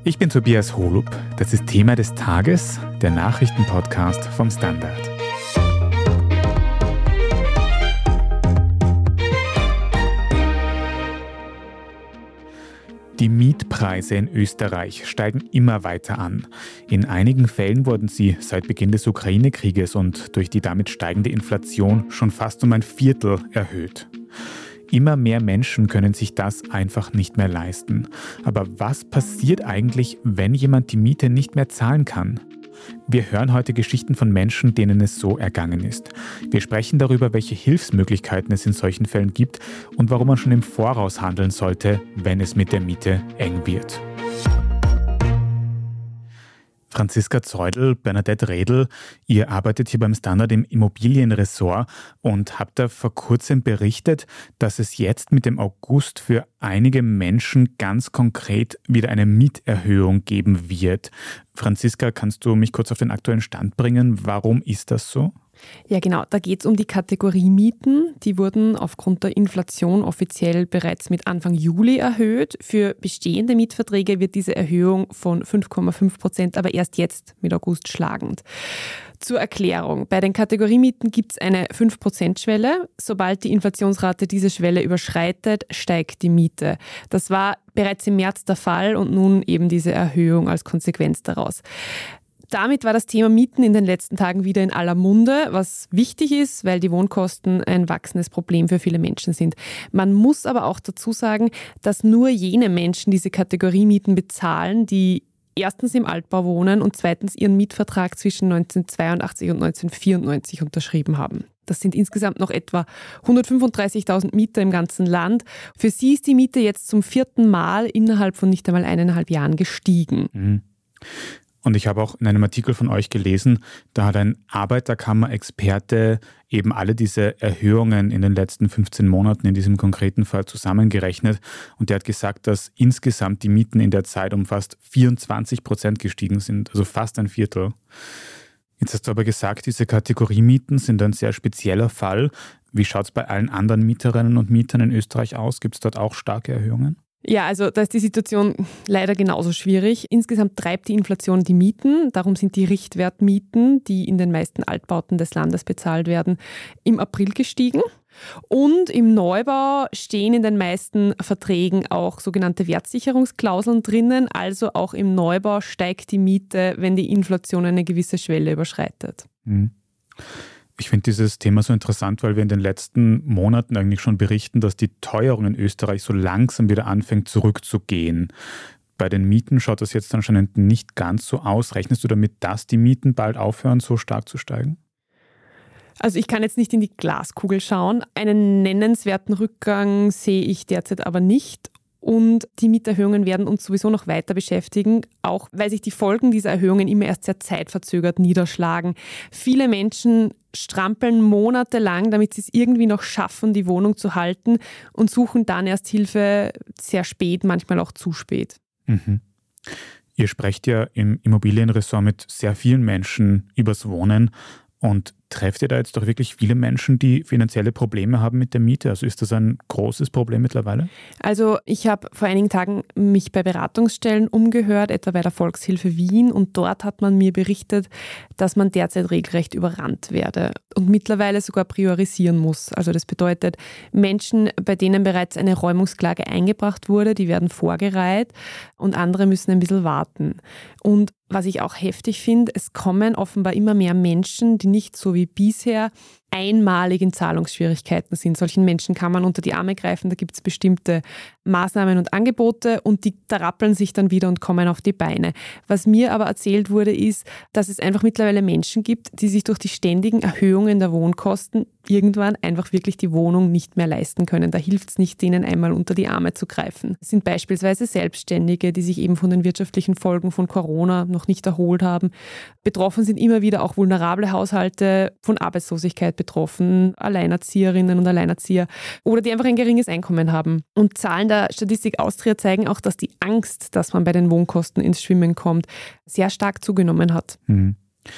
Ich bin Tobias Holub. Das ist Thema des Tages, der Nachrichtenpodcast vom Standard. Die Mietpreise in Österreich steigen immer weiter an. In einigen Fällen wurden sie seit Beginn des Ukraine-Krieges und durch die damit steigende Inflation schon fast um ein Viertel erhöht. Immer mehr Menschen können sich das einfach nicht mehr leisten. Aber was passiert eigentlich, wenn jemand die Miete nicht mehr zahlen kann? Wir hören heute Geschichten von Menschen, denen es so ergangen ist. Wir sprechen darüber, welche Hilfsmöglichkeiten es in solchen Fällen gibt und warum man schon im Voraus handeln sollte, wenn es mit der Miete eng wird. Franziska Zeudel, Bernadette Redl, ihr arbeitet hier beim Standard im Immobilienressort und habt da vor kurzem berichtet, dass es jetzt mit dem August für einige Menschen ganz konkret wieder eine Mieterhöhung geben wird. Franziska, kannst du mich kurz auf den aktuellen Stand bringen? Warum ist das so? Ja, genau. Da geht es um die Kategorie Mieten. Die wurden aufgrund der Inflation offiziell bereits mit Anfang Juli erhöht. Für bestehende Mietverträge wird diese Erhöhung von 5,5% aber erst jetzt mit August schlagend. Zur Erklärung. Bei den Kategoriemieten gibt es eine 5%-Schwelle. Sobald die Inflationsrate diese Schwelle überschreitet, steigt die Miete. Das war bereits im März der Fall und nun eben diese Erhöhung als Konsequenz daraus. Damit war das Thema Mieten in den letzten Tagen wieder in aller Munde, was wichtig ist, weil die Wohnkosten ein wachsendes Problem für viele Menschen sind. Man muss aber auch dazu sagen, dass nur jene Menschen diese Kategoriemieten bezahlen, die erstens im Altbau wohnen und zweitens ihren Mietvertrag zwischen 1982 und 1994 unterschrieben haben. Das sind insgesamt noch etwa 135.000 Mieter im ganzen Land. Für sie ist die Miete jetzt zum 4. Mal innerhalb von nicht einmal 1,5 Jahren gestiegen. Mhm. Und ich habe auch in einem Artikel von euch gelesen, da hat ein Arbeiterkammer-Experte eben alle diese Erhöhungen in den letzten 15 Monaten in diesem konkreten Fall zusammengerechnet. Und der hat gesagt, dass insgesamt die Mieten in der Zeit um fast 24% gestiegen sind, also fast ein Viertel. Jetzt hast du aber gesagt, diese Kategoriemieten sind ein sehr spezieller Fall. Wie schaut es bei allen anderen Mieterinnen und Mietern in Österreich aus? Gibt es dort auch starke Erhöhungen? Ja, also da ist die Situation leider genauso schwierig. Insgesamt treibt die Inflation die Mieten. Darum sind die Richtwertmieten, die in den meisten Altbauten des Landes bezahlt werden, im April gestiegen. Und im Neubau stehen in den meisten Verträgen auch sogenannte Wertsicherungsklauseln drinnen. Also auch im Neubau steigt die Miete, wenn die Inflation eine gewisse Schwelle überschreitet. Ich finde dieses Thema so interessant, weil wir in den letzten Monaten eigentlich schon berichten, dass die Teuerung in Österreich so langsam wieder anfängt zurückzugehen. Bei den Mieten schaut das jetzt anscheinend nicht ganz so aus. Rechnest du damit, dass die Mieten bald aufhören, so stark zu steigen? Also ich kann jetzt nicht in die Glaskugel schauen. Einen nennenswerten Rückgang sehe ich derzeit aber nicht. Und die Mieterhöhungen werden uns sowieso noch weiter beschäftigen, auch weil sich die Folgen dieser Erhöhungen immer erst sehr zeitverzögert niederschlagen. Viele Menschen strampeln monatelang, damit sie es irgendwie noch schaffen, die Wohnung zu halten und suchen dann erst Hilfe sehr spät, manchmal auch zu spät. Mhm. Ihr sprecht ja im Immobilienressort mit sehr vielen Menschen übers Wohnen. Und trefft ihr da jetzt doch wirklich viele Menschen, die finanzielle Probleme haben mit der Miete? Also ist das ein großes Problem mittlerweile? Also ich habe vor einigen Tagen mich bei Beratungsstellen umgehört, etwa bei der Volkshilfe Wien. Und dort hat man mir berichtet, dass man derzeit regelrecht überrannt werde und mittlerweile sogar priorisieren muss. Also das bedeutet, Menschen, bei denen bereits eine Räumungsklage eingebracht wurde, die werden vorgereiht und andere müssen ein bisschen warten. Und was ich auch heftig finde, es kommen offenbar immer mehr Menschen, die nicht so wie bisher einmalig in Zahlungsschwierigkeiten sind. Solchen Menschen kann man unter die Arme greifen, da gibt es bestimmte Maßnahmen und Angebote und die rappeln sich dann wieder und kommen auf die Beine. Was mir aber erzählt wurde, ist, dass es einfach mittlerweile Menschen gibt, die sich durch die ständigen Erhöhungen der Wohnkosten irgendwann einfach wirklich die Wohnung nicht mehr leisten können. Da hilft es nicht, denen einmal unter die Arme zu greifen. Es sind beispielsweise Selbstständige, die sich eben von den wirtschaftlichen Folgen von Corona noch nicht erholt haben. Betroffen sind immer wieder auch vulnerable Haushalte, von Arbeitslosigkeit betroffen, Alleinerzieherinnen und Alleinerzieher oder die einfach ein geringes Einkommen haben. Und Zahlen der Statistik Austria zeigen auch, dass die Angst, dass man bei den Wohnkosten ins Schwimmen kommt, sehr stark zugenommen hat.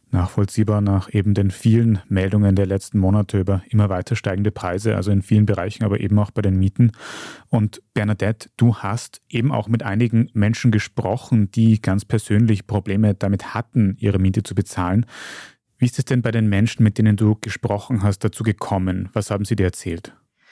Nachvollziehbar nach eben den vielen Meldungen der letzten Monate über immer weiter steigende Preise, also in vielen Bereichen, aber eben auch bei den Mieten. Und Bernadette, du hast eben auch mit einigen Menschen gesprochen, die ganz persönlich Probleme damit hatten, ihre Miete zu bezahlen. Wie ist es denn bei den Menschen, mit denen du gesprochen hast, dazu gekommen? Was haben sie dir erzählt?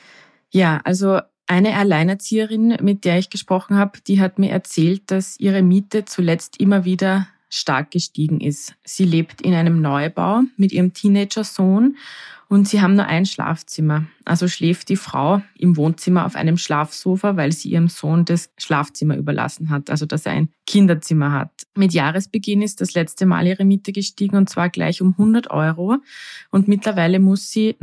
Ja, also eine Alleinerzieherin, mit der ich gesprochen habe, die hat mir erzählt, dass ihre Miete zuletzt immer wieder stark gestiegen ist. Sie lebt in einem Neubau mit ihrem Teenager-Sohn und sie haben nur ein Schlafzimmer. Also schläft die Frau im Wohnzimmer auf einem Schlafsofa, weil sie ihrem Sohn das Schlafzimmer überlassen hat, also dass er ein Kinderzimmer hat. Mit Jahresbeginn ist das letzte Mal ihre Miete gestiegen und zwar gleich um 100 € und mittlerweile muss sie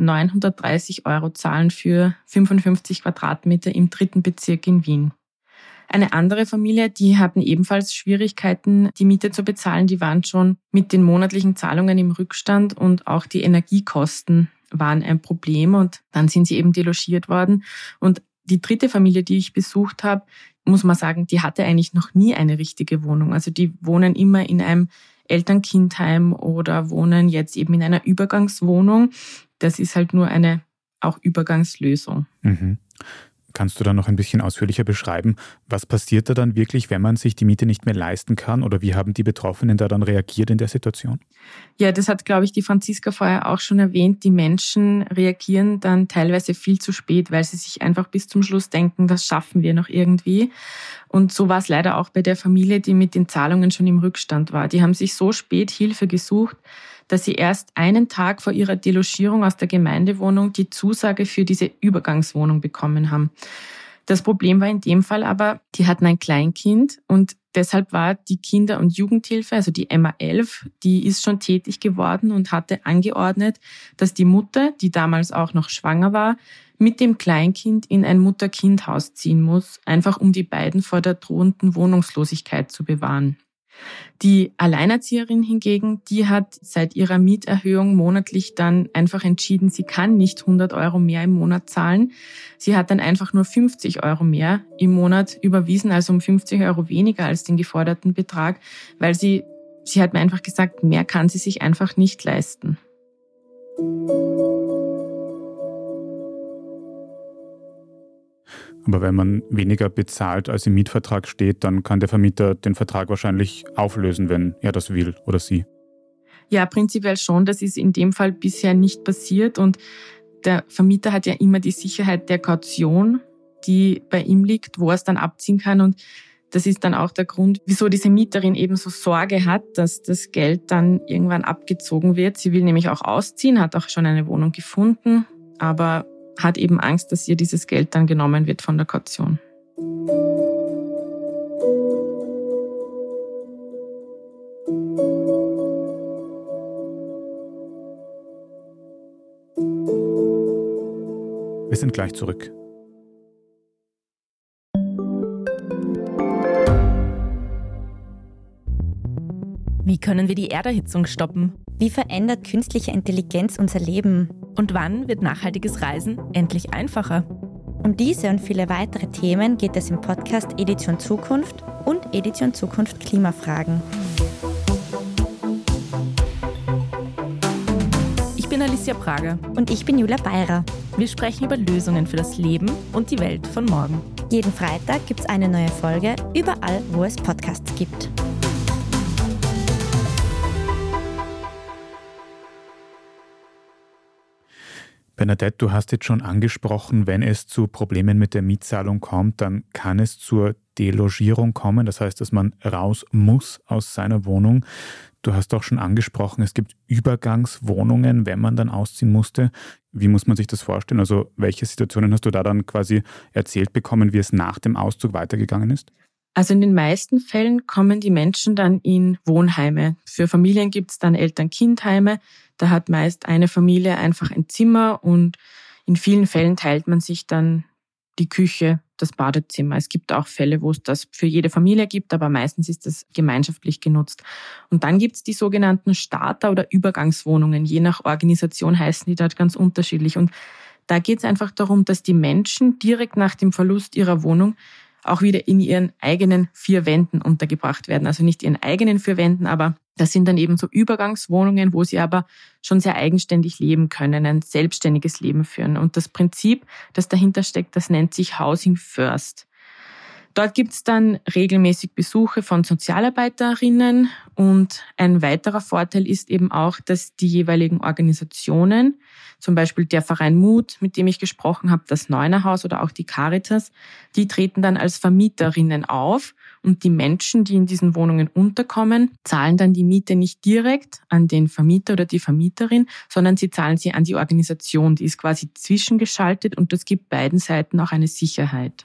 930 € zahlen für 55 Quadratmeter im 3. Bezirk in Wien. Eine andere Familie, die hatten ebenfalls Schwierigkeiten, die Miete zu bezahlen. Die waren schon mit den monatlichen Zahlungen im Rückstand und auch die Energiekosten waren ein Problem. Und dann sind sie eben delogiert worden. Und die dritte Familie, die ich besucht habe, muss man sagen, die hatte eigentlich noch nie eine richtige Wohnung. Also die wohnen immer in einem Eltern-Kind-Heim oder wohnen jetzt eben in einer Übergangswohnung. Das ist halt nur eine auch Übergangslösung. Mhm. Kannst du da noch ein bisschen ausführlicher beschreiben, was passiert da dann wirklich, wenn man sich die Miete nicht mehr leisten kann oder wie haben die Betroffenen da dann reagiert in der Situation? Ja, das hat, glaube ich, die Franziska vorher auch schon erwähnt. Die Menschen reagieren dann teilweise viel zu spät, weil sie sich einfach bis zum Schluss denken, das schaffen wir noch irgendwie. Und so war es leider auch bei der Familie, die mit den Zahlungen schon im Rückstand war. Die haben sich so spät Hilfe gesucht, dass sie erst einen Tag vor ihrer Delogierung aus der Gemeindewohnung die Zusage für diese Übergangswohnung bekommen haben. Das Problem war in dem Fall aber, die hatten ein Kleinkind und deshalb war die Kinder- und Jugendhilfe, also die MA11, die ist schon tätig geworden und hatte angeordnet, dass die Mutter, die damals auch noch schwanger war, mit dem Kleinkind in ein Mutter-Kind-Haus ziehen muss, einfach um die beiden vor der drohenden Wohnungslosigkeit zu bewahren. Die Alleinerzieherin hingegen, die hat seit ihrer Mieterhöhung monatlich dann einfach entschieden, sie kann nicht 100 € mehr im Monat zahlen. Sie hat dann einfach nur 50 € mehr im Monat überwiesen, also um 50 € weniger als den geforderten Betrag, weil sie hat mir einfach gesagt, mehr kann sie sich einfach nicht leisten. Aber wenn man weniger bezahlt, als im Mietvertrag steht, dann kann der Vermieter den Vertrag wahrscheinlich auflösen, wenn er das will oder sie. Ja, prinzipiell schon. Das ist in dem Fall bisher nicht passiert. Und der Vermieter hat ja immer die Sicherheit der Kaution, die bei ihm liegt, wo er es dann abziehen kann. Und das ist dann auch der Grund, wieso diese Mieterin eben so Sorge hat, dass das Geld dann irgendwann abgezogen wird. Sie will nämlich auch ausziehen, hat auch schon eine Wohnung gefunden, aber hat eben Angst, dass ihr dieses Geld dann genommen wird von der Kaution. Wir sind gleich zurück. Wie können wir die Erderhitzung stoppen? Wie verändert künstliche Intelligenz unser Leben? Und wann wird nachhaltiges Reisen endlich einfacher? Um diese und viele weitere Themen geht es im Podcast Edition Zukunft und Edition Zukunft Klimafragen. Ich bin Alicia Prager. Und ich bin Julia Beirer. Wir sprechen über Lösungen für das Leben und die Welt von morgen. Jeden Freitag gibt es eine neue Folge, überall, wo es Podcasts gibt. Bernadette, du hast jetzt schon angesprochen, wenn es zu Problemen mit der Mietzahlung kommt, dann kann es zur Delogierung kommen. Das heißt, dass man raus muss aus seiner Wohnung. Du hast auch schon angesprochen, es gibt Übergangswohnungen, wenn man dann ausziehen musste. Wie muss man sich das vorstellen? Also welche Situationen hast du da dann quasi erzählt bekommen, wie es nach dem Auszug weitergegangen ist? Also in den meisten Fällen kommen die Menschen dann in Wohnheime. Für Familien gibt es dann Eltern-Kind-Heime. Da hat meist eine Familie einfach ein Zimmer und in vielen Fällen teilt man sich dann die Küche, das Badezimmer. Es gibt auch Fälle, wo es das für jede Familie gibt, aber meistens ist das gemeinschaftlich genutzt. Und dann gibt es die sogenannten Starter- oder Übergangswohnungen. Je nach Organisation heißen die dort ganz unterschiedlich. Und da geht es einfach darum, dass die Menschen direkt nach dem Verlust ihrer Wohnung auch wieder in ihren eigenen 4 Wänden untergebracht werden. Also nicht ihren eigenen 4 Wänden, aber Das sind dann eben so Übergangswohnungen, wo sie aber schon sehr eigenständig leben können, ein selbstständiges Leben führen. Und das Prinzip, das dahinter steckt, das nennt sich Housing First. Dort gibt es dann regelmäßig Besuche von Sozialarbeiterinnen und ein weiterer Vorteil ist eben auch, dass die jeweiligen Organisationen, zum Beispiel der Verein Mut, mit dem ich gesprochen habe, das Neunerhaus oder auch die Caritas, die treten dann als Vermieterinnen auf und die Menschen, die in diesen Wohnungen unterkommen, zahlen dann die Miete nicht direkt an den Vermieter oder die Vermieterin, sondern sie zahlen sie an die Organisation, die ist quasi zwischengeschaltet und das gibt beiden Seiten auch eine Sicherheit.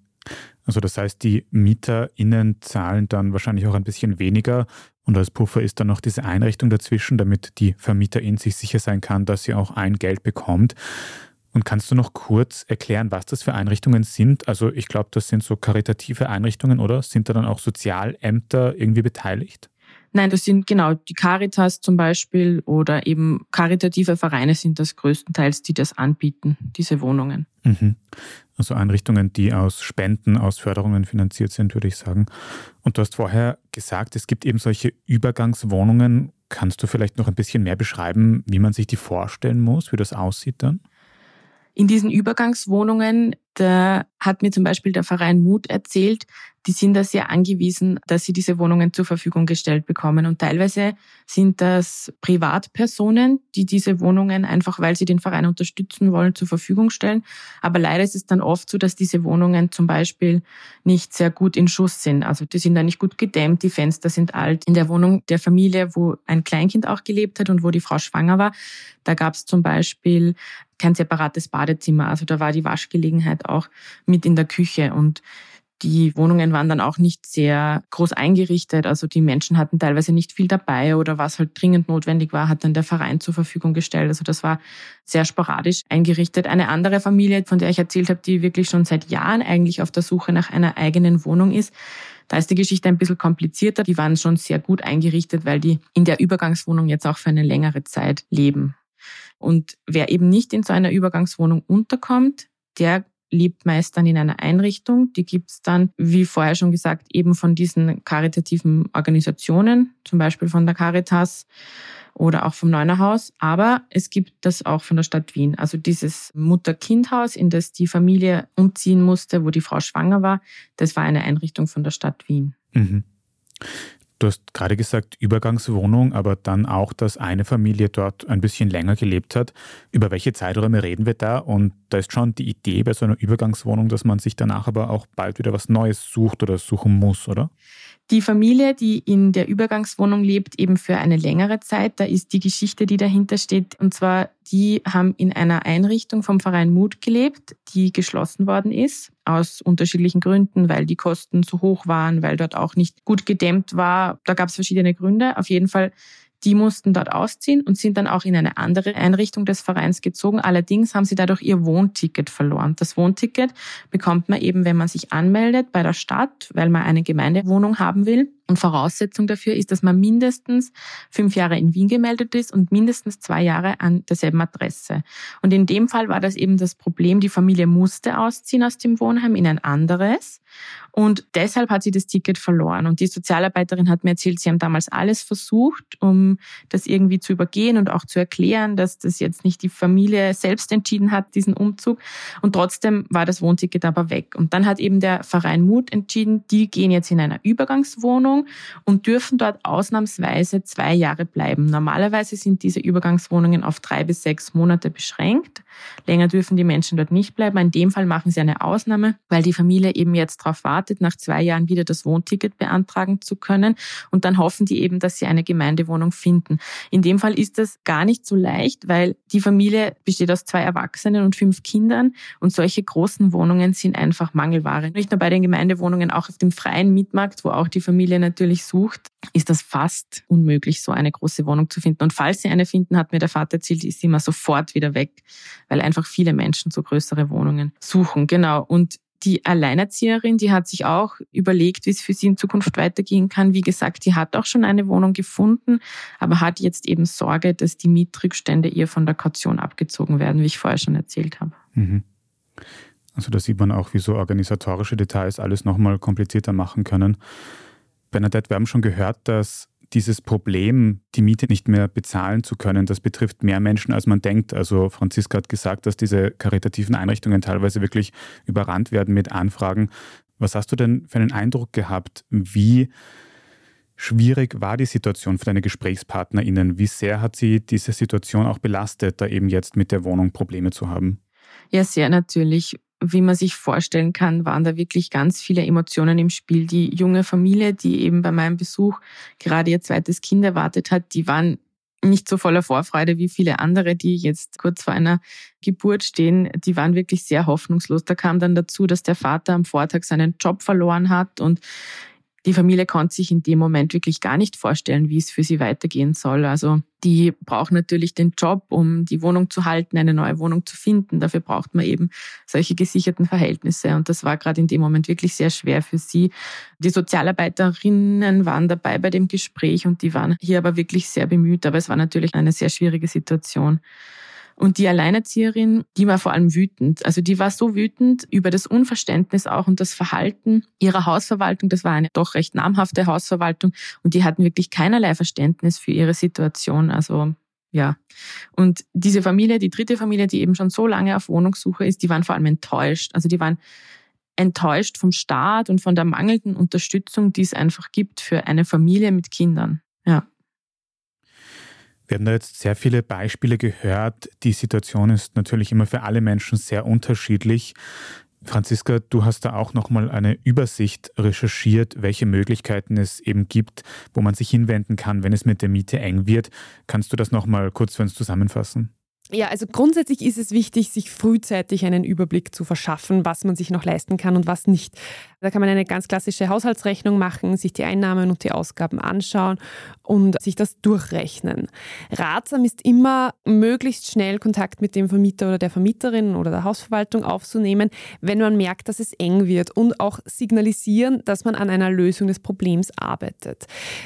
Also das heißt, die MieterInnen zahlen dann wahrscheinlich auch ein bisschen weniger und als Puffer ist dann noch diese Einrichtung dazwischen, damit die Vermieterin sich sicher sein kann, dass sie auch ein Geld bekommt. Und kannst du noch kurz erklären, was das für Einrichtungen sind? Also ich glaube, das sind so karitative Einrichtungen, oder? Sind da dann auch Sozialämter irgendwie beteiligt? Nein, das sind genau die Caritas zum Beispiel oder eben karitative Vereine sind das größtenteils, die das anbieten, diese Wohnungen. Also Einrichtungen, die aus Spenden, aus Förderungen finanziert sind, würde ich sagen. Und du hast vorher gesagt, es gibt eben solche Übergangswohnungen. Kannst du vielleicht noch ein bisschen mehr beschreiben, wie man sich die vorstellen muss, wie das aussieht dann? In diesen Übergangswohnungen, da hat mir zum Beispiel der Verein Mut erzählt, die sind da sehr angewiesen, dass sie diese Wohnungen zur Verfügung gestellt bekommen. Und teilweise sind das Privatpersonen, die diese Wohnungen einfach, weil sie den Verein unterstützen wollen, zur Verfügung stellen. Aber leider ist es dann oft so, dass diese Wohnungen zum Beispiel nicht sehr gut in Schuss sind. Also die sind da nicht gut gedämmt, die Fenster sind alt. In der Wohnung der Familie, wo ein Kleinkind auch gelebt hat und wo die Frau schwanger war, da gab es zum Beispiel kein separates Badezimmer. Also da war die Waschgelegenheit auch mit in der Küche und die Wohnungen waren dann auch nicht sehr groß eingerichtet. Also die Menschen hatten teilweise nicht viel dabei oder was halt dringend notwendig war, hat dann der Verein zur Verfügung gestellt. Also das war sehr sporadisch eingerichtet. Eine andere Familie, von der ich erzählt habe, die wirklich schon seit Jahren eigentlich auf der Suche nach einer eigenen Wohnung ist, da ist die Geschichte ein bisschen komplizierter. Die waren schon sehr gut eingerichtet, weil die in der Übergangswohnung jetzt auch für eine längere Zeit leben. Und wer eben nicht in so einer Übergangswohnung unterkommt, der lebt meist dann in einer Einrichtung. Die gibt's dann, wie vorher schon gesagt, eben von diesen karitativen Organisationen, zum Beispiel von der Caritas oder auch vom Neunerhaus. Aber es gibt das auch von der Stadt Wien. Also dieses Mutter-Kind-Haus, in das die Familie umziehen musste, wo die Frau schwanger war, das war eine Einrichtung von der Stadt Wien. Du hast gerade gesagt, Übergangswohnung, aber dann auch, dass eine Familie dort ein bisschen länger gelebt hat. Über welche Zeiträume reden wir da? Und da ist schon die Idee bei so einer Übergangswohnung, dass man sich danach aber auch bald wieder was Neues sucht oder suchen muss, oder? Die Familie, die in der Übergangswohnung lebt, eben für eine längere Zeit, da ist die Geschichte, die dahinter steht. Und zwar, die haben in einer Einrichtung vom Verein Mut gelebt, die geschlossen worden ist, aus unterschiedlichen Gründen, weil die Kosten zu hoch waren, weil dort auch nicht gut gedämmt war. Da gab es verschiedene Gründe. Auf jeden Fall, die mussten dort ausziehen und sind dann auch in eine andere Einrichtung des Vereins gezogen. Allerdings haben sie dadurch ihr Wohnticket verloren. Das Wohnticket bekommt man eben, wenn man sich anmeldet bei der Stadt, weil man eine Gemeindewohnung haben will. Und Voraussetzung dafür ist, dass man mindestens 5 Jahre in Wien gemeldet ist und mindestens 2 Jahre an derselben Adresse. Und in dem Fall war das eben das Problem, die Familie musste ausziehen aus dem Wohnheim in ein anderes. Und deshalb hat sie das Ticket verloren. Und die Sozialarbeiterin hat mir erzählt, sie haben damals alles versucht, um das irgendwie zu übergehen und auch zu erklären, dass das jetzt nicht die Familie selbst entschieden hat, diesen Umzug. Und trotzdem war das Wohnticket aber weg. Und dann hat eben der Verein Mut entschieden, die gehen jetzt in einer Übergangswohnung und dürfen dort ausnahmsweise 2 Jahre bleiben. Normalerweise sind diese Übergangswohnungen auf 3 bis 6 Monate beschränkt. Länger dürfen die Menschen dort nicht bleiben. In dem Fall machen sie eine Ausnahme, weil die Familie eben jetzt darauf wartet, nach 2 Jahren wieder das Wohnticket beantragen zu können. Und dann hoffen die eben, dass sie eine Gemeindewohnung finden. In dem Fall ist das gar nicht so leicht, weil die Familie besteht aus 2 Erwachsenen und 5 Kindern. Und solche großen Wohnungen sind einfach Mangelware. Nicht nur bei den Gemeindewohnungen, auch auf dem freien Mietmarkt, wo auch die Familie natürlich sucht, ist das fast unmöglich, so eine große Wohnung zu finden. Und falls sie eine finden, hat mir der Vater erzählt, ist sie immer sofort wieder weg, weil einfach viele Menschen so größere Wohnungen suchen. Genau. Und die Alleinerzieherin, die hat sich auch überlegt, wie es für sie in Zukunft weitergehen kann. Wie gesagt, die hat auch schon eine Wohnung gefunden, aber hat jetzt eben Sorge, dass die Mietrückstände ihr von der Kaution abgezogen werden, wie ich vorher schon erzählt habe. Also da sieht man auch, wie so organisatorische Details alles nochmal komplizierter machen können. Bernadette, wir haben schon gehört, dass dieses Problem, die Miete nicht mehr bezahlen zu können, das betrifft mehr Menschen, als man denkt. Also Franziska hat gesagt, dass diese karitativen Einrichtungen teilweise wirklich überrannt werden mit Anfragen. Was hast du denn für einen Eindruck gehabt? Wie schwierig war die Situation für deine GesprächspartnerInnen? Wie sehr hat sie diese Situation auch belastet, da eben jetzt mit der Wohnung Probleme zu haben? Ja, sehr natürlich. Wie man sich vorstellen kann, waren da wirklich ganz viele Emotionen im Spiel. Die junge Familie, die eben bei meinem Besuch gerade ihr zweites Kind erwartet hat, die waren nicht so voller Vorfreude wie viele andere, die jetzt kurz vor einer Geburt stehen. Die waren wirklich sehr hoffnungslos. Da kam dann dazu, dass der Vater am Vortag seinen Job verloren hat und die Familie konnte sich in dem Moment wirklich gar nicht vorstellen, wie es für sie weitergehen soll. Also die brauchen natürlich den Job, um die Wohnung zu halten, eine neue Wohnung zu finden. Dafür braucht man eben solche gesicherten Verhältnisse. Und das war gerade in dem Moment wirklich sehr schwer für sie. Die Sozialarbeiterinnen waren dabei bei dem Gespräch und die waren hier aber wirklich sehr bemüht. Aber es war natürlich eine sehr schwierige Situation. Und die Alleinerzieherin, die war vor allem wütend. Also die war so wütend über das Unverständnis auch und das Verhalten ihrer Hausverwaltung. Das war eine doch recht namhafte Hausverwaltung und die hatten wirklich keinerlei Verständnis für ihre Situation. Also ja. Und diese Familie, die dritte Familie, die eben schon so lange auf Wohnungssuche ist, die waren vor allem enttäuscht. Also die waren enttäuscht vom Staat und von der mangelnden Unterstützung, die es einfach gibt für eine Familie mit Kindern. Ja. Wir haben da jetzt sehr viele Beispiele gehört. Die Situation ist natürlich immer für alle Menschen sehr unterschiedlich. Franziska, du hast da auch nochmal eine Übersicht recherchiert, welche Möglichkeiten es eben gibt, wo man sich hinwenden kann, wenn es mit der Miete eng wird. Kannst du das nochmal kurz für uns zusammenfassen? Ja, also grundsätzlich ist es wichtig, sich frühzeitig einen Überblick zu verschaffen, was man sich noch leisten kann und was nicht. Da kann man eine ganz klassische Haushaltsrechnung machen, sich die Einnahmen und die Ausgaben anschauen und sich das durchrechnen. Ratsam ist immer, möglichst schnell Kontakt mit dem Vermieter oder der Vermieterin oder der Hausverwaltung aufzunehmen, wenn man merkt, dass es eng wird und auch signalisieren, dass man an einer Lösung des Problems arbeitet.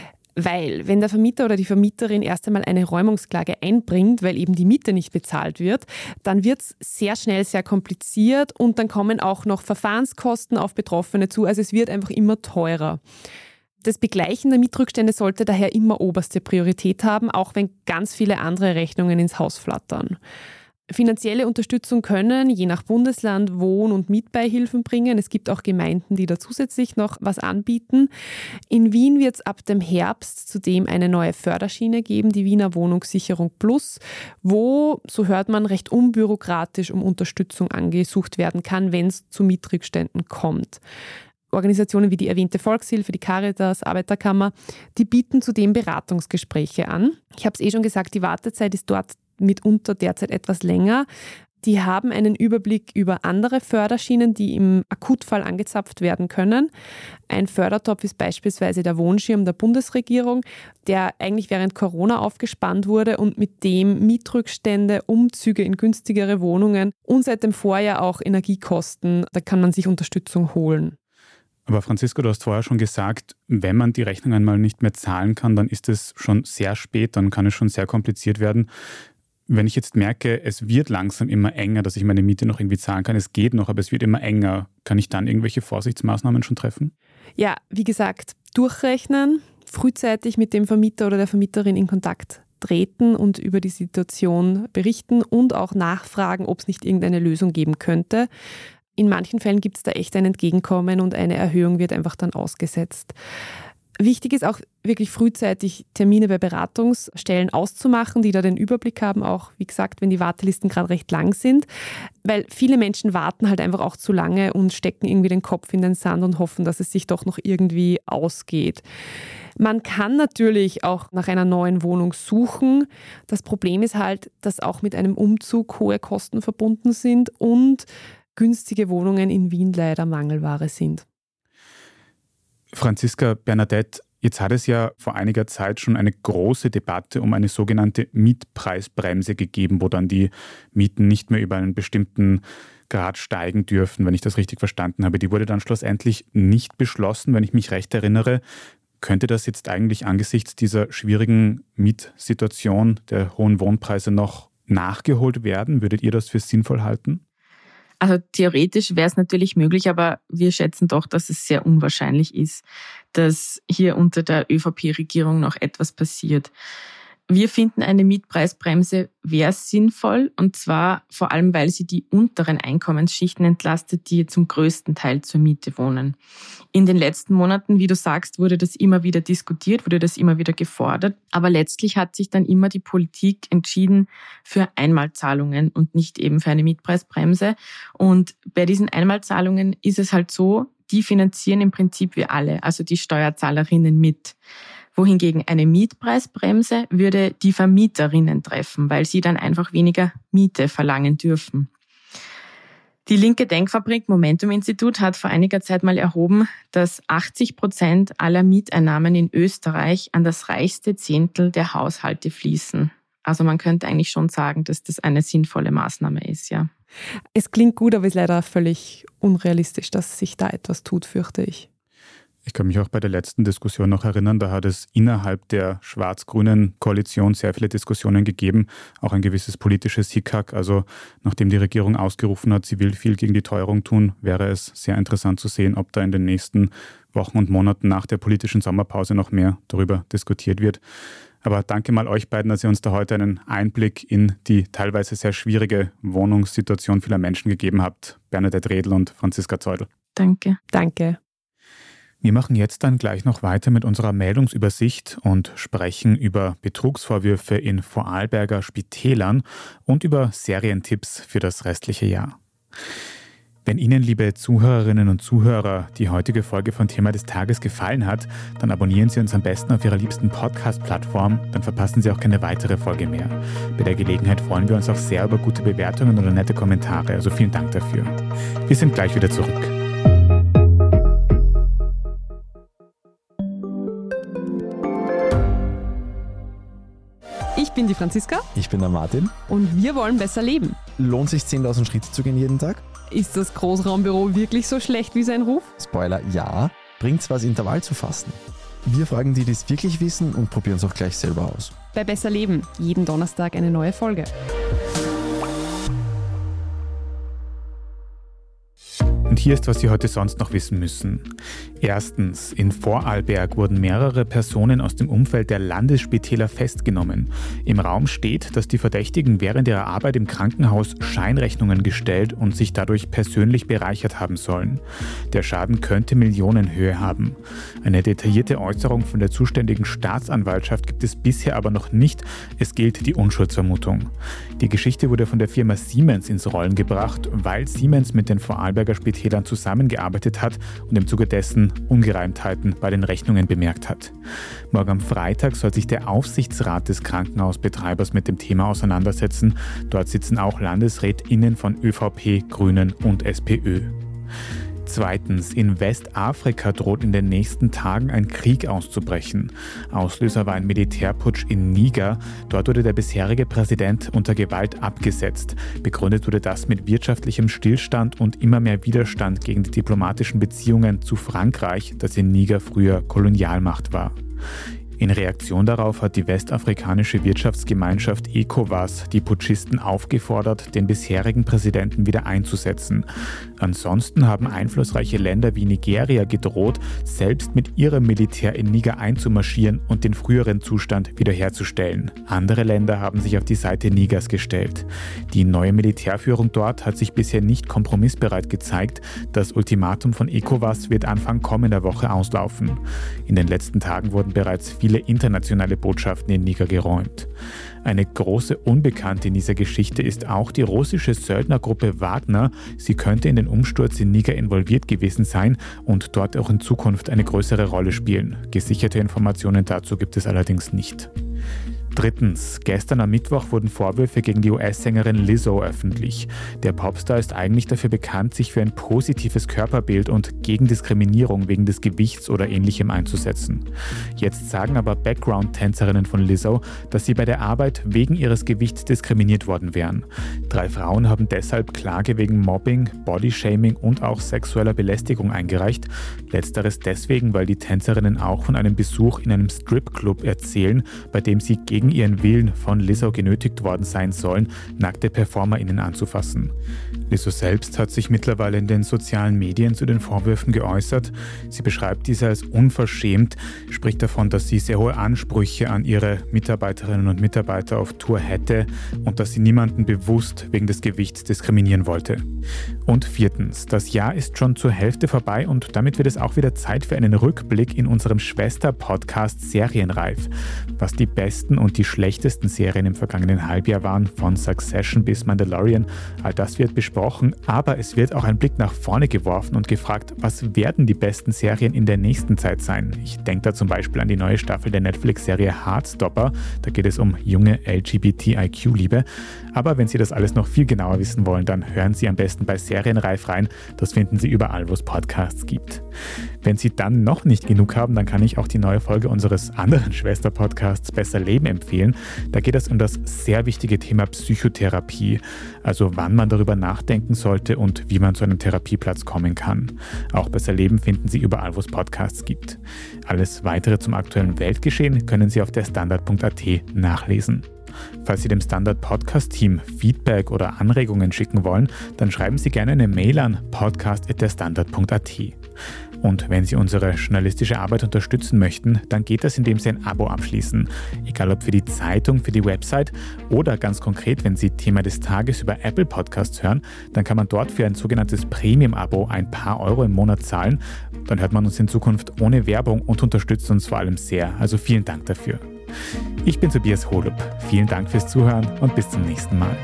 Weil, wenn der Vermieter oder die Vermieterin erst einmal eine Räumungsklage einbringt, weil eben die Miete nicht bezahlt wird, dann wird es sehr schnell sehr kompliziert und dann kommen auch noch Verfahrenskosten auf Betroffene zu. Also es wird einfach immer teurer. Das Begleichen der Mietrückstände sollte daher immer oberste Priorität haben, auch wenn ganz viele andere Rechnungen ins Haus flattern. Finanzielle Unterstützung können je nach Bundesland Wohn- und Mietbeihilfen bringen. Es gibt auch Gemeinden, die da zusätzlich noch was anbieten. In Wien wird es ab dem Herbst zudem eine neue Förderschiene geben, die Wiener Wohnungssicherung Plus, wo, so hört man, recht unbürokratisch um Unterstützung angesucht werden kann, wenn es zu Mietrückständen kommt. Organisationen wie die erwähnte Volkshilfe, die Caritas, Arbeiterkammer, die bieten zudem Beratungsgespräche an. Ich habe es schon gesagt, die Wartezeit ist dort mitunter derzeit etwas länger. Die haben einen Überblick über andere Förderschienen, die im Akutfall angezapft werden können. Ein Fördertopf ist beispielsweise der Wohnschirm der Bundesregierung, der eigentlich während Corona aufgespannt wurde und mit dem Mietrückstände, Umzüge in günstigere Wohnungen und seit dem Vorjahr auch Energiekosten, da kann man sich Unterstützung holen. Aber Franziska, du hast vorher schon gesagt, wenn man die Rechnung einmal nicht mehr zahlen kann, dann ist es schon sehr spät, dann kann es schon sehr kompliziert werden. Wenn ich jetzt merke, es wird langsam immer enger, dass ich meine Miete noch irgendwie zahlen kann, es geht noch, aber es wird immer enger, kann ich dann irgendwelche Vorsichtsmaßnahmen schon treffen? Ja, wie gesagt, durchrechnen, frühzeitig mit dem Vermieter oder der Vermieterin in Kontakt treten und über die Situation berichten und auch nachfragen, ob es nicht irgendeine Lösung geben könnte. In manchen Fällen gibt es da echt ein Entgegenkommen und eine Erhöhung wird einfach dann ausgesetzt. Wichtig ist auch wirklich frühzeitig Termine bei Beratungsstellen auszumachen, die da den Überblick haben, auch wie gesagt, wenn die Wartelisten gerade recht lang sind, weil viele Menschen warten halt einfach auch zu lange und stecken irgendwie den Kopf in den Sand und hoffen, dass es sich doch noch irgendwie ausgeht. Man kann natürlich auch nach einer neuen Wohnung suchen. Das Problem ist halt, dass auch mit einem Umzug hohe Kosten verbunden sind und günstige Wohnungen in Wien leider Mangelware sind. Franziska, Bernadette, jetzt hat es ja vor einiger Zeit schon eine große Debatte um eine sogenannte Mietpreisbremse gegeben, wo dann die Mieten nicht mehr über einen bestimmten Grad steigen dürfen, wenn ich das richtig verstanden habe. Die wurde dann schlussendlich nicht beschlossen, wenn ich mich recht erinnere. Könnte das jetzt eigentlich angesichts dieser schwierigen Mietsituation der hohen Wohnpreise noch nachgeholt werden? Würdet ihr das für sinnvoll halten? Also theoretisch wäre es natürlich möglich, aber wir schätzen doch, dass es sehr unwahrscheinlich ist, dass hier unter der ÖVP-Regierung noch etwas passiert. Wir finden, eine Mietpreisbremse wäre sinnvoll, und zwar vor allem, weil sie die unteren Einkommensschichten entlastet, die zum größten Teil zur Miete wohnen. In den letzten Monaten, wie du sagst, wurde das immer wieder diskutiert, wurde das immer wieder gefordert, aber letztlich hat sich dann immer die Politik entschieden für Einmalzahlungen und nicht eben für eine Mietpreisbremse. Und bei diesen Einmalzahlungen ist es halt so, die finanzieren im Prinzip wir alle, also die Steuerzahlerinnen mit. Wohingegen eine Mietpreisbremse würde die Vermieterinnen treffen, weil sie dann einfach weniger Miete verlangen dürfen. Die linke Denkfabrik Momentum-Institut hat vor einiger Zeit mal erhoben, dass 80% aller Mieteinnahmen in Österreich an das reichste Zehntel der Haushalte fließen. Also man könnte eigentlich schon sagen, dass das eine sinnvolle Maßnahme ist, ja. Es klingt gut, aber ist leider völlig unrealistisch, dass sich da etwas tut, fürchte ich. Ich kann mich auch bei der letzten Diskussion noch erinnern, da hat es innerhalb der schwarz-grünen Koalition sehr viele Diskussionen gegeben, auch ein gewisses politisches Hickhack. Also nachdem die Regierung ausgerufen hat, sie will viel gegen die Teuerung tun, wäre es sehr interessant zu sehen, ob da in den nächsten Wochen und Monaten nach der politischen Sommerpause noch mehr darüber diskutiert wird. Aber danke mal euch beiden, dass ihr uns da heute einen Einblick in die teilweise sehr schwierige Wohnungssituation vieler Menschen gegeben habt. Bernadette Redl und Franziska Zeudel. Danke. Danke. Wir machen jetzt dann gleich noch weiter mit unserer Meldungsübersicht und sprechen über Betrugsvorwürfe in Vorarlberger Spitälern und über Serientipps für das restliche Jahr. Wenn Ihnen, liebe Zuhörerinnen und Zuhörer, die heutige Folge von Thema des Tages gefallen hat, dann abonnieren Sie uns am besten auf Ihrer liebsten Podcast-Plattform, dann verpassen Sie auch keine weitere Folge mehr. Bei der Gelegenheit freuen wir uns auch sehr über gute Bewertungen oder nette Kommentare, also vielen Dank dafür. Wir sind gleich wieder zurück. Ich bin die Franziska. Ich bin der Martin. Und wir wollen besser leben. Lohnt sich 10.000 Schritte zu gehen jeden Tag? Ist das Großraumbüro wirklich so schlecht wie sein Ruf? Spoiler, ja. Bringt's was, Intervall zu fassen? Wir fragen die, die es wirklich wissen, und probieren es auch gleich selber aus. Bei Besser Leben, jeden Donnerstag eine neue Folge. Und hier ist, was Sie heute sonst noch wissen müssen. Erstens, in Vorarlberg wurden mehrere Personen aus dem Umfeld der Landesspitäler festgenommen. Im Raum steht, dass die Verdächtigen während ihrer Arbeit im Krankenhaus Scheinrechnungen gestellt und sich dadurch persönlich bereichert haben sollen. Der Schaden könnte Millionenhöhe haben. Eine detaillierte Äußerung von der zuständigen Staatsanwaltschaft gibt es bisher aber noch nicht. Es gilt die Unschuldsvermutung. Die Geschichte wurde von der Firma Siemens ins Rollen gebracht, weil Siemens mit den Vorarlberger Spitälern zusammengearbeitet hat und im Zuge dessen Ungereimtheiten bei den Rechnungen bemerkt hat. Morgen am Freitag soll sich der Aufsichtsrat des Krankenhausbetreibers mit dem Thema auseinandersetzen. Dort sitzen auch LandesrätInnen von ÖVP, Grünen und SPÖ. Zweitens, in Westafrika droht in den nächsten Tagen ein Krieg auszubrechen. Auslöser war ein Militärputsch in Niger. Dort wurde der bisherige Präsident unter Gewalt abgesetzt. Begründet wurde das mit wirtschaftlichem Stillstand und immer mehr Widerstand gegen die diplomatischen Beziehungen zu Frankreich, das in Niger früher Kolonialmacht war. In Reaktion darauf hat die westafrikanische Wirtschaftsgemeinschaft ECOWAS die Putschisten aufgefordert, den bisherigen Präsidenten wieder einzusetzen. Ansonsten haben einflussreiche Länder wie Nigeria gedroht, selbst mit ihrem Militär in Niger einzumarschieren und den früheren Zustand wiederherzustellen. Andere Länder haben sich auf die Seite Nigers gestellt. Die neue Militärführung dort hat sich bisher nicht kompromissbereit gezeigt. Das Ultimatum von ECOWAS wird Anfang kommender Woche auslaufen. In den letzten Tagen wurden bereits viele internationale Botschaften in Niger geräumt. Eine große Unbekannte in dieser Geschichte ist auch die russische Söldnergruppe Wagner. Sie könnte in den Umsturz in Niger involviert gewesen sein und dort auch in Zukunft eine größere Rolle spielen. Gesicherte Informationen dazu gibt es allerdings nicht. Drittens, gestern am Mittwoch wurden Vorwürfe gegen die US-Sängerin Lizzo öffentlich. Der Popstar ist eigentlich dafür bekannt, sich für ein positives Körperbild und gegen Diskriminierung wegen des Gewichts oder Ähnlichem einzusetzen. Jetzt sagen aber Background-Tänzerinnen von Lizzo, dass sie bei der Arbeit wegen ihres Gewichts diskriminiert worden wären. 3 Frauen haben deshalb Klage wegen Mobbing, Bodyshaming und auch sexueller Belästigung eingereicht. Letzteres deswegen, weil die Tänzerinnen auch von einem Besuch in einem Stripclub erzählen, bei dem sie gegen ihren Willen von Lizzo genötigt worden sein sollen, nackte PerformerInnen anzufassen. Lizzo selbst hat sich mittlerweile in den sozialen Medien zu den Vorwürfen geäußert. Sie beschreibt diese als unverschämt, spricht davon, dass sie sehr hohe Ansprüche an ihre Mitarbeiterinnen und Mitarbeiter auf Tour hätte und dass sie niemanden bewusst wegen des Gewichts diskriminieren wollte. Und 4. Das Jahr ist schon zur Hälfte vorbei und damit wird es auch wieder Zeit für einen Rückblick in unserem Schwester-Podcast Serienreif. Was die besten und die schlechtesten Serien im vergangenen Halbjahr waren, von Succession bis Mandalorian, all das wird besprochen, aber es wird auch ein Blick nach vorne geworfen und gefragt, was werden die besten Serien in der nächsten Zeit sein? Ich denke da zum Beispiel an die neue Staffel der Netflix-Serie Heartstopper, da geht es um junge LGBTIQ-Liebe. Aber wenn Sie das alles noch viel genauer wissen wollen, dann hören Sie am besten bei Serienreif rein, das finden Sie überall, wo es Podcasts gibt. Wenn Sie dann noch nicht genug haben, dann kann ich auch die neue Folge unseres anderen Schwester-Podcasts Besser Leben empfehlen. Da geht es um das sehr wichtige Thema Psychotherapie, also wann man darüber nachdenken sollte und wie man zu einem Therapieplatz kommen kann. Auch Besser Leben finden Sie überall, wo es Podcasts gibt. Alles Weitere zum aktuellen Weltgeschehen können Sie auf derstandard.at nachlesen. Falls Sie dem Standard-Podcast-Team Feedback oder Anregungen schicken wollen, dann schreiben Sie gerne eine Mail an podcast@derstandard.at. Und wenn Sie unsere journalistische Arbeit unterstützen möchten, dann geht das, indem Sie ein Abo abschließen. Egal ob für die Zeitung, für die Website oder ganz konkret, wenn Sie Thema des Tages über Apple Podcasts hören, dann kann man dort für ein sogenanntes Premium-Abo ein paar Euro im Monat zahlen. Dann hört man uns in Zukunft ohne Werbung und unterstützt uns vor allem sehr. Also vielen Dank dafür. Ich bin Tobias Holub. Vielen Dank fürs Zuhören und bis zum nächsten Mal.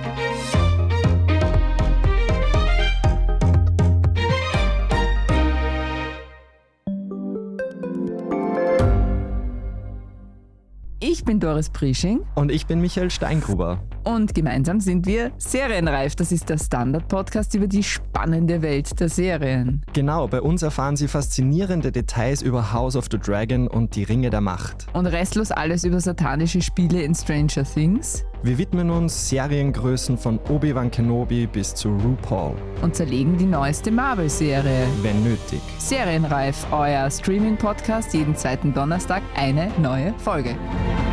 Ich bin Doris Prisching. Und ich bin Michael Steingruber. Und gemeinsam sind wir Serienreif. Das ist der Standard-Podcast über die spannende Welt der Serien. Genau, bei uns erfahren Sie faszinierende Details über House of the Dragon und die Ringe der Macht. Und restlos alles über satanische Spiele in Stranger Things. Wir widmen uns Seriengrößen von Obi-Wan Kenobi bis zu RuPaul. Und zerlegen die neueste Marvel-Serie. Wenn nötig. Serienreif, euer Streaming-Podcast, jeden zweiten Donnerstag eine neue Folge.